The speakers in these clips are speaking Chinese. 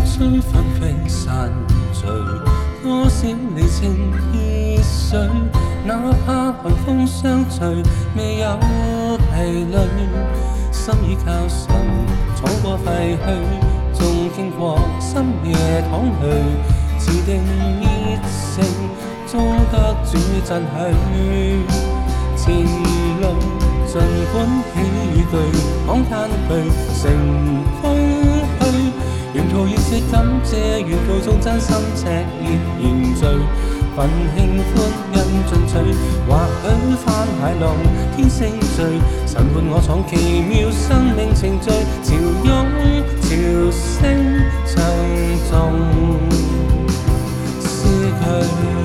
吹纷飞散聚，多少离情意绪，哪怕寒风相隨，未有疲累。心已靠上，闖過廢墟，縱經過深夜淌淚，自定熱誠，終得主讚許。前路盡管喜與懼，講間距乘風去。沿途熱切感謝，沿途中真心赤熱凝聚，奮興歡欣進取。或許翻海浪天星聚，神伴我闖奇妙生命程序，潮湧潮聲唱頌詩句。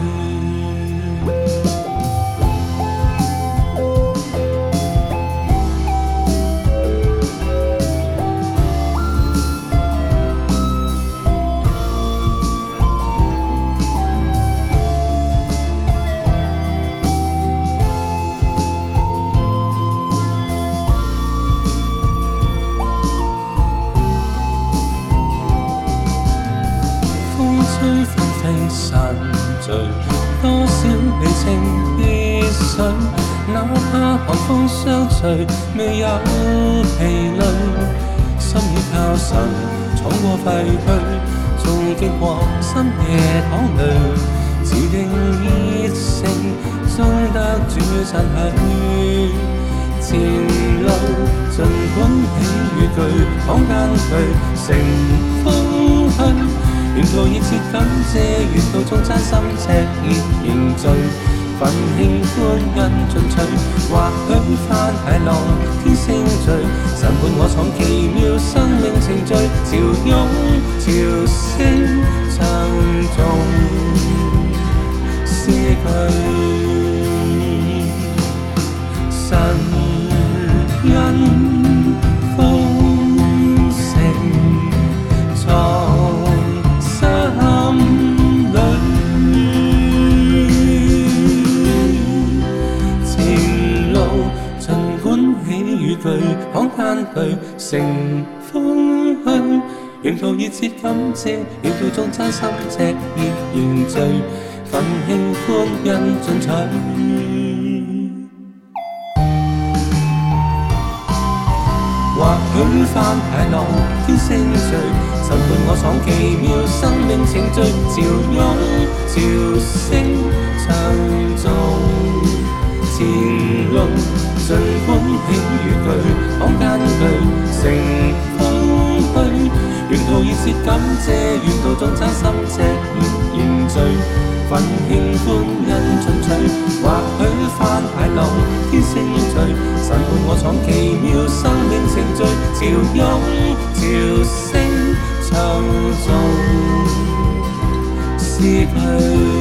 吹紛飛散聚，多少離情別緒，哪怕寒風相隨，未有疲累。心已靠神，闖過廢墟，縱經過深夜淌淚，自定熱誠，終得主讚許。前路盡管喜與懼，講間距乘風去。沿途熱切感謝，沿途中真心赤熱凝聚，奮興歡欣進取。或許翻海浪天星聚，神伴我闖奇妙生命程序，潮湧潮聲唱頌詩句。神恩豐盛藏講間距乘風去，沿途熱切感謝，沿途中真心赤熱凝聚，奮興歡欣進取。或許翻海浪天星聚，神伴我闖奇妙生命程序，潮湧潮聲唱頌前路。盡管喜與懼，講間距乘風去。沿途熱切感謝，沿途中真心赤熱凝聚，奮興歡欣進取。或許翻海浪天星聚，神伴我闖奇妙生命程序，潮湧潮聲唱頌詩句。